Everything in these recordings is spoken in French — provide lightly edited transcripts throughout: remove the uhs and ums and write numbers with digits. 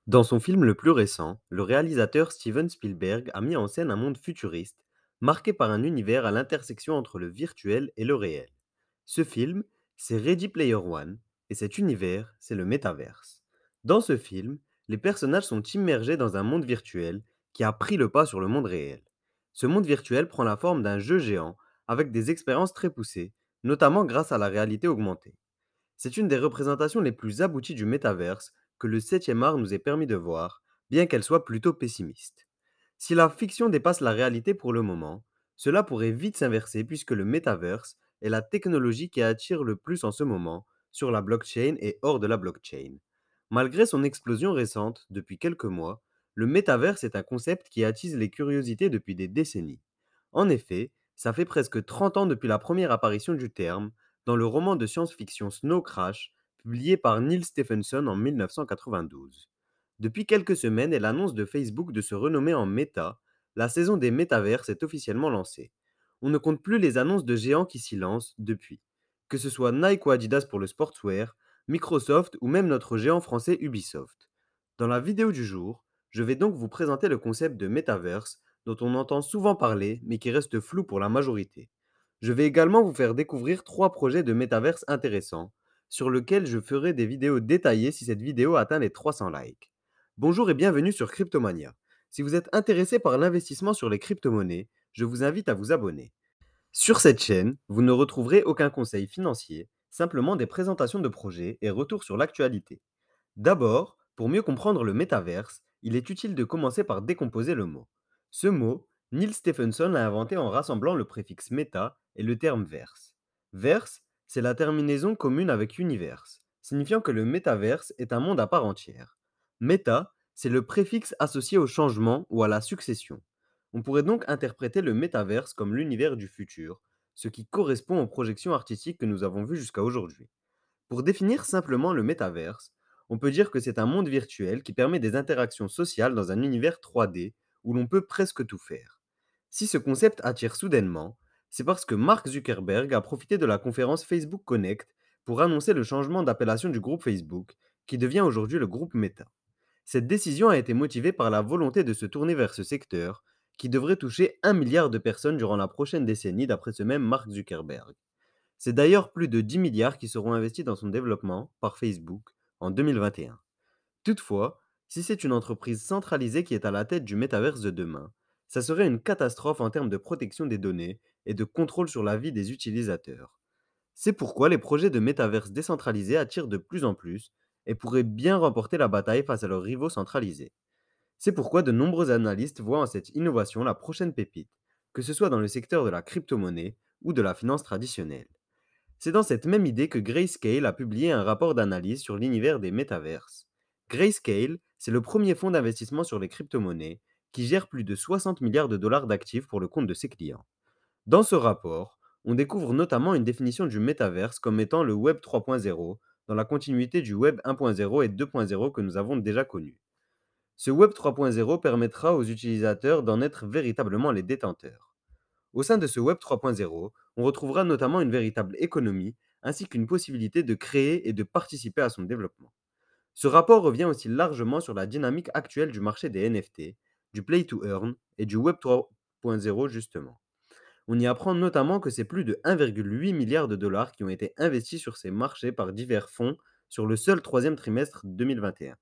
Dans son film le plus récent, le réalisateur Steven Spielberg a mis en scène un monde futuriste, marqué par un univers à l'intersection entre le virtuel et le réel. Ce film, c'est Ready Player One, et cet univers, c'est le métaverse. Dans ce film, les personnages sont immergés dans un monde virtuel qui a pris le pas sur le monde réel. Ce monde virtuel prend la forme d'un jeu géant avec des expériences très poussées, notamment grâce à la réalité augmentée. C'est une des représentations les plus abouties du métaverse que le septième art nous ait permis de voir, bien qu'elle soit plutôt pessimiste. Si la fiction dépasse la réalité pour le moment, cela pourrait vite s'inverser puisque le métaverse est la technologie qui attire le plus en ce moment sur la blockchain et hors de la blockchain. Malgré son explosion récente depuis quelques mois, le métaverse est un concept qui attise les curiosités depuis des décennies. En effet, ça fait presque 30 ans depuis la première apparition du terme dans le roman de science-fiction Snow Crash, publié par Neil Stephenson en 1992. Depuis quelques semaines et l'annonce de Facebook de se renommer en Meta, la saison des métaverses est officiellement lancée. On ne compte plus les annonces de géants qui s'y lancent depuis. Que ce soit Nike ou Adidas pour le sportswear, Microsoft ou même notre géant français Ubisoft. Dans la vidéo du jour, je vais donc vous présenter le concept de métaverse dont on entend souvent parler mais qui reste flou pour la majorité. Je vais également vous faire découvrir 3 projets de métaverse intéressants, sur lesquels je ferai des vidéos détaillées si cette vidéo atteint les 300 likes. Bonjour et bienvenue sur Cryptomania. Si vous êtes intéressé par l'investissement sur les crypto-monnaies, je vous invite à vous abonner. Sur cette chaîne, vous ne retrouverez aucun conseil financier, simplement des présentations de projets et retours sur l'actualité. D'abord, pour mieux comprendre le métaverse, il est utile de commencer par décomposer le mot. Ce mot, Neil Stephenson l'a inventé en rassemblant le préfixe méta et le terme verse. Verse, c'est la terminaison commune avec universe, signifiant que le métaverse est un monde à part entière. Méta, c'est le préfixe associé au changement ou à la succession. On pourrait donc interpréter le métaverse comme l'univers du futur, ce qui correspond aux projections artistiques que nous avons vues jusqu'à aujourd'hui. Pour définir simplement le métaverse, on peut dire que c'est un monde virtuel qui permet des interactions sociales dans un univers 3D où l'on peut presque tout faire. Si ce concept attire soudainement, c'est parce que Mark Zuckerberg a profité de la conférence Facebook Connect pour annoncer le changement d'appellation du groupe Facebook, qui devient aujourd'hui le groupe Meta. Cette décision a été motivée par la volonté de se tourner vers ce secteur, qui devrait toucher 1 milliard de personnes durant la prochaine décennie d'après ce même Mark Zuckerberg. C'est d'ailleurs plus de 10 milliards qui seront investis dans son développement par Facebook en 2021. Toutefois, si c'est une entreprise centralisée qui est à la tête du métaverse de demain, ça serait une catastrophe en termes de protection des données et de contrôle sur la vie des utilisateurs. C'est pourquoi les projets de métaverse décentralisés attirent de plus en plus et pourraient bien remporter la bataille face à leurs rivaux centralisés. C'est pourquoi de nombreux analystes voient en cette innovation la prochaine pépite, que ce soit dans le secteur de la crypto-monnaie ou de la finance traditionnelle. C'est dans cette même idée que Grayscale a publié un rapport d'analyse sur l'univers des métaverses. Grayscale, c'est le premier fonds d'investissement sur les crypto-monnaies qui gère plus de 60 milliards de dollars d'actifs pour le compte de ses clients. Dans ce rapport, on découvre notamment une définition du métaverse comme étant le Web 3.0 dans la continuité du Web 1.0 et 2.0 que nous avons déjà connu. Ce Web 3.0 permettra aux utilisateurs d'en être véritablement les détenteurs. Au sein de ce Web 3.0, on retrouvera notamment une véritable économie, ainsi qu'une possibilité de créer et de participer à son développement. Ce rapport revient aussi largement sur la dynamique actuelle du marché des NFT, du Play to Earn et du Web 3.0 justement. On y apprend notamment que c'est plus de 1,8 milliard de dollars qui ont été investis sur ces marchés par divers fonds sur le seul troisième trimestre 2021.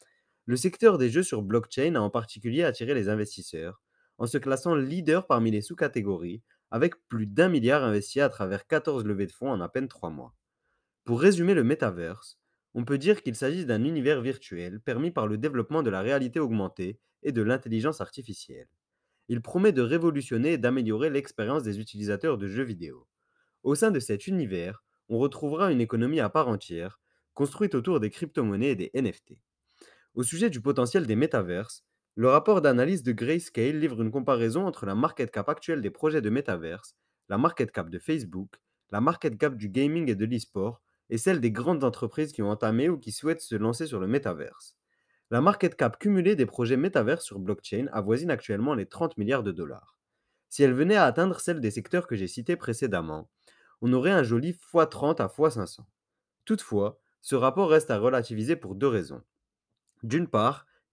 Le secteur des jeux sur blockchain a en particulier attiré les investisseurs, en se classant leader parmi les sous-catégories, avec plus d'1 milliard investi à travers 14 levées de fonds en à peine 3 mois. Pour résumer le metaverse, on peut dire qu'il s'agit d'un univers virtuel permis par le développement de la réalité augmentée et de l'intelligence artificielle. Il promet de révolutionner et d'améliorer l'expérience des utilisateurs de jeux vidéo. Au sein de cet univers, on retrouvera une économie à part entière, construite autour des crypto-monnaies et des NFT. Au sujet du potentiel des métaverses, le rapport d'analyse de Grayscale livre une comparaison entre la market cap actuelle des projets de métaverse, la market cap de Facebook, la market cap du gaming et de l'e-sport, et celle des grandes entreprises qui ont entamé ou qui souhaitent se lancer sur le métaverse. La market cap cumulée des projets métaverse sur blockchain avoisine actuellement les 30 milliards de dollars. Si elle venait à atteindre celle des secteurs que j'ai cités précédemment, on aurait un joli x30 à x500. Toutefois, ce rapport reste à relativiser pour deux raisons. D'une part,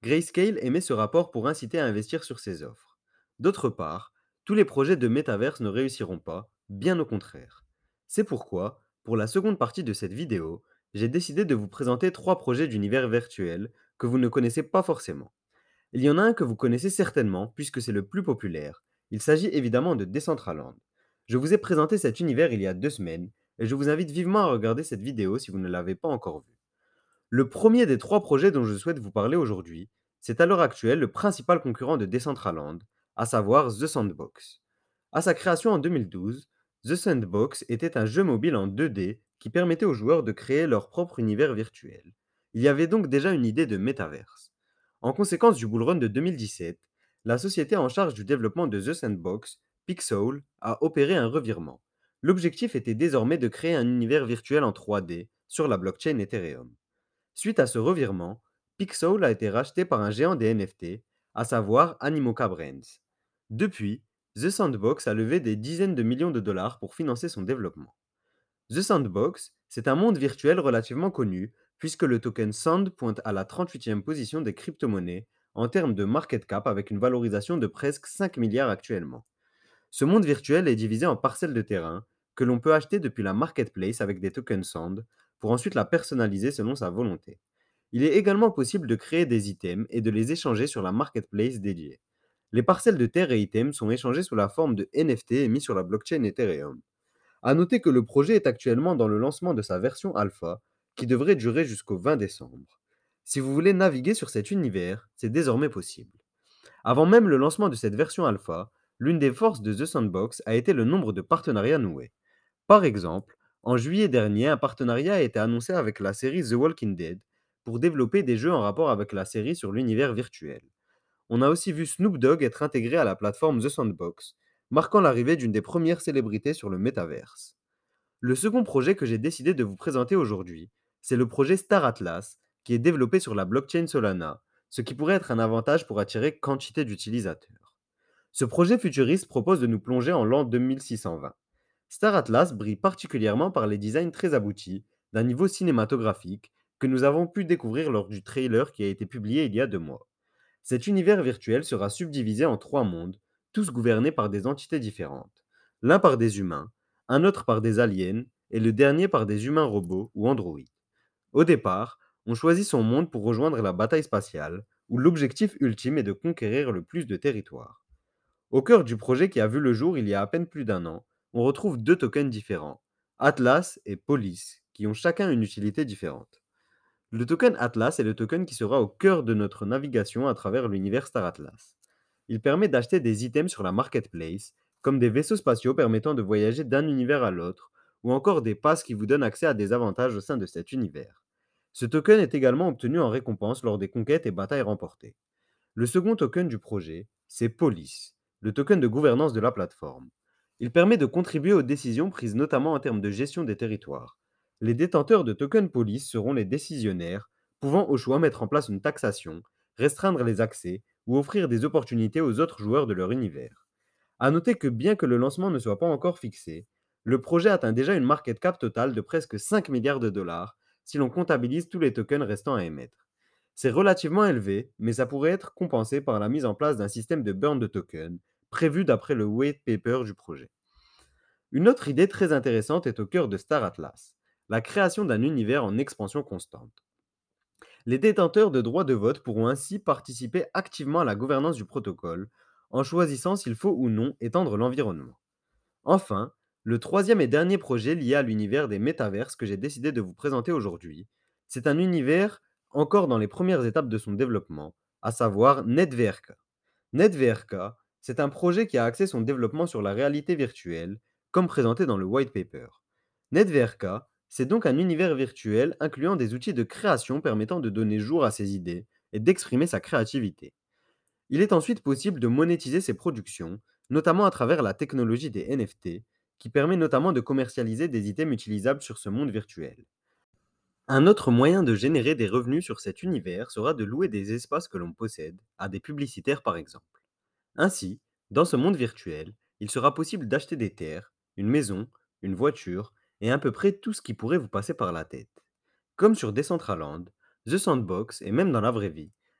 Grayscale émet ce rapport pour inciter à investir sur ses offres. D'autre part, tous les projets de métaverse ne réussiront pas, bien au contraire. C'est pourquoi, pour la seconde partie de cette vidéo, j'ai décidé de vous présenter trois projets d'univers virtuel que vous ne connaissez pas forcément. Il y en a un que vous connaissez certainement, puisque c'est le plus populaire. Il s'agit évidemment de Decentraland. Je vous ai présenté cet univers il y a 2 semaines, et je vous invite vivement à regarder cette vidéo si vous ne l'avez pas encore vue. Le premier des trois projets dont je souhaite vous parler aujourd'hui, c'est à l'heure actuelle le principal concurrent de Decentraland, à savoir The Sandbox. À sa création en 2012, The Sandbox était un jeu mobile en 2D qui permettait aux joueurs de créer leur propre univers virtuel. Il y avait donc déjà une idée de métaverse. En conséquence du bull run de 2017, la société en charge du développement de The Sandbox, Pixel, a opéré un revirement. L'objectif était désormais de créer un univers virtuel en 3D sur la blockchain Ethereum. Suite à ce revirement, Pixel a été racheté par un géant des NFT, à savoir Animoca Brands. Depuis, The Sandbox a levé des dizaines de millions de dollars pour financer son développement. The Sandbox, c'est un monde virtuel relativement connu, puisque le token Sand pointe à la 38e position des crypto-monnaies en termes de market cap avec une valorisation de presque 5 milliards actuellement. Ce monde virtuel est divisé en parcelles de terrain que l'on peut acheter depuis la marketplace avec des tokens Sand pour ensuite la personnaliser selon sa volonté. Il est également possible de créer des items et de les échanger sur la marketplace dédiée. Les parcelles de terre et items sont échangées sous la forme de NFT et mis sur la blockchain Ethereum. A noter que le projet est actuellement dans le lancement de sa version alpha, qui devrait durer jusqu'au 20 décembre. Si vous voulez naviguer sur cet univers, c'est désormais possible. Avant même le lancement de cette version alpha, l'une des forces de The Sandbox a été le nombre de partenariats noués. Par exemple, en juillet dernier, un partenariat a été annoncé avec la série The Walking Dead pour développer des jeux en rapport avec la série sur l'univers virtuel. On a aussi vu Snoop Dogg être intégré à la plateforme The Sandbox, marquant l'arrivée d'une des premières célébrités sur le métaverse. Le second projet que j'ai décidé de vous présenter aujourd'hui, c'est le projet Star Atlas, qui est développé sur la blockchain Solana, ce qui pourrait être un avantage pour attirer quantité d'utilisateurs. Ce projet futuriste propose de nous plonger en l'an 2620. Star Atlas brille particulièrement par les designs très aboutis, d'un niveau cinématographique, que nous avons pu découvrir lors du trailer qui a été publié il y a 2 mois. Cet univers virtuel sera subdivisé en trois mondes, tous gouvernés par des entités différentes. L'un par des humains, un autre par des aliens, et le dernier par des humains robots ou androïdes. Au départ, on choisit son monde pour rejoindre la bataille spatiale, où l'objectif ultime est de conquérir le plus de territoires. Au cœur du projet qui a vu le jour il y a à peine plus d'un an, on retrouve deux tokens différents, Atlas et Police, qui ont chacun une utilité différente. Le token Atlas est le token qui sera au cœur de notre navigation à travers l'univers Star Atlas. Il permet d'acheter des items sur la marketplace, comme des vaisseaux spatiaux permettant de voyager d'un univers à l'autre, ou encore des passes qui vous donnent accès à des avantages au sein de cet univers. Ce token est également obtenu en récompense lors des conquêtes et batailles remportées. Le second token du projet, c'est Police, le token de gouvernance de la plateforme. Il permet de contribuer aux décisions prises notamment en termes de gestion des territoires. Les détenteurs de token Police seront les décisionnaires, pouvant au choix mettre en place une taxation, restreindre les accès ou offrir des opportunités aux autres joueurs de leur univers. A noter que bien que le lancement ne soit pas encore fixé, le projet atteint déjà une market cap totale de presque 5 milliards de dollars si l'on comptabilise tous les tokens restants à émettre. C'est relativement élevé, mais ça pourrait être compensé par la mise en place d'un système de burn de tokens, prévu d'après le white paper du projet. Une autre idée très intéressante est au cœur de Star Atlas, la création d'un univers en expansion constante. Les détenteurs de droits de vote pourront ainsi participer activement à la gouvernance du protocole, en choisissant s'il faut ou non étendre l'environnement. Enfin, le troisième et dernier projet lié à l'univers des métaverses que j'ai décidé de vous présenter aujourd'hui, c'est un univers encore dans les premières étapes de son développement, à savoir NetVRK. NetVRK, c'est un projet qui a axé son développement sur la réalité virtuelle, comme présenté dans le white paper. NetVRK, c'est donc un univers virtuel incluant des outils de création permettant de donner jour à ses idées et d'exprimer sa créativité. Il est ensuite possible de monétiser ses productions, notamment à travers la technologie des NFT, qui permet notamment de commercialiser des items utilisables sur ce monde virtuel. Un autre moyen de générer des revenus sur cet univers sera de louer des espaces que l'on possède, à des publicitaires par exemple. Ainsi, dans ce monde virtuel, il sera possible d'acheter des terres, une maison, une voiture, et à peu près tout ce qui pourrait vous passer par la tête. Comme sur Decentraland, The Sandbox et même dans la vraie vie,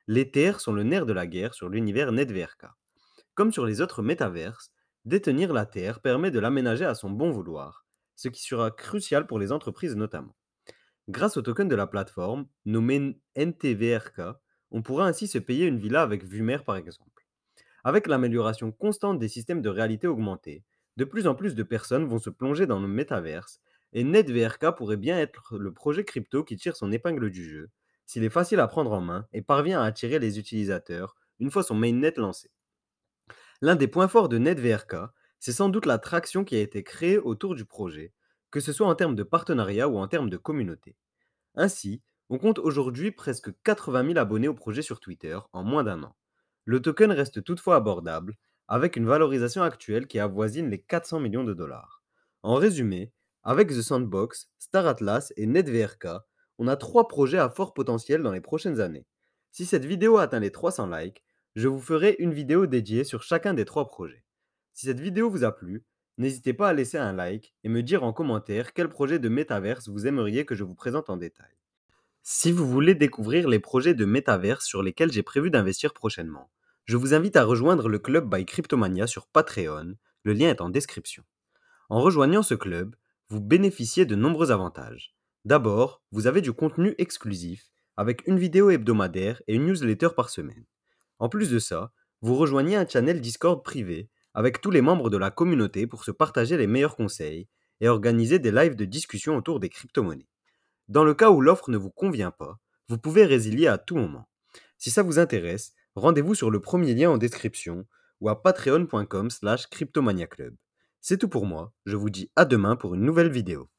Les terres sont le nerf de la guerre sur l'univers NetVRK. Comme sur les autres métaverses, détenir la Terre permet de l'aménager à son bon vouloir, ce qui sera crucial pour les entreprises notamment. Grâce au token de la plateforme, nommé NTVRK, on pourra ainsi se payer une villa avec vue mer par exemple. Avec l'amélioration constante des systèmes de réalité augmentée, de plus en plus de personnes vont se plonger dans le métaverse et NetVRK pourrait bien être le projet crypto qui tire son épingle du jeu, s'il est facile à prendre en main et parvient à attirer les utilisateurs une fois son mainnet lancé. L'un des points forts de NetVRK, c'est sans doute la traction qui a été créée autour du projet, que ce soit en termes de partenariat ou en termes de communauté. Ainsi, on compte aujourd'hui presque 80 000 abonnés au projet sur Twitter en moins d'un an. Le token reste toutefois abordable, avec une valorisation actuelle qui avoisine les 400 millions de dollars. En résumé, avec The Sandbox, Star Atlas et NetVRK, on a trois projets à fort potentiel dans les prochaines années. Si cette vidéo atteint les 300 likes, je vous ferai une vidéo dédiée sur chacun des trois projets. Si cette vidéo vous a plu, n'hésitez pas à laisser un like et me dire en commentaire quel projet de métaverse vous aimeriez que je vous présente en détail. Si vous voulez découvrir les projets de métaverse sur lesquels j'ai prévu d'investir prochainement, je vous invite à rejoindre le club by Cryptomania sur Patreon, le lien est en description. En rejoignant ce club, vous bénéficiez de nombreux avantages. D'abord, vous avez du contenu exclusif, avec une vidéo hebdomadaire et une newsletter par semaine. En plus de ça, vous rejoignez un channel Discord privé avec tous les membres de la communauté pour se partager les meilleurs conseils et organiser des lives de discussion autour des crypto-monnaies. Dans le cas où l'offre ne vous convient pas, vous pouvez résilier à tout moment. Si ça vous intéresse, rendez-vous sur le premier lien en description ou à patreon.com/cryptomaniaclub. C'est tout pour moi, je vous dis à demain pour une nouvelle vidéo.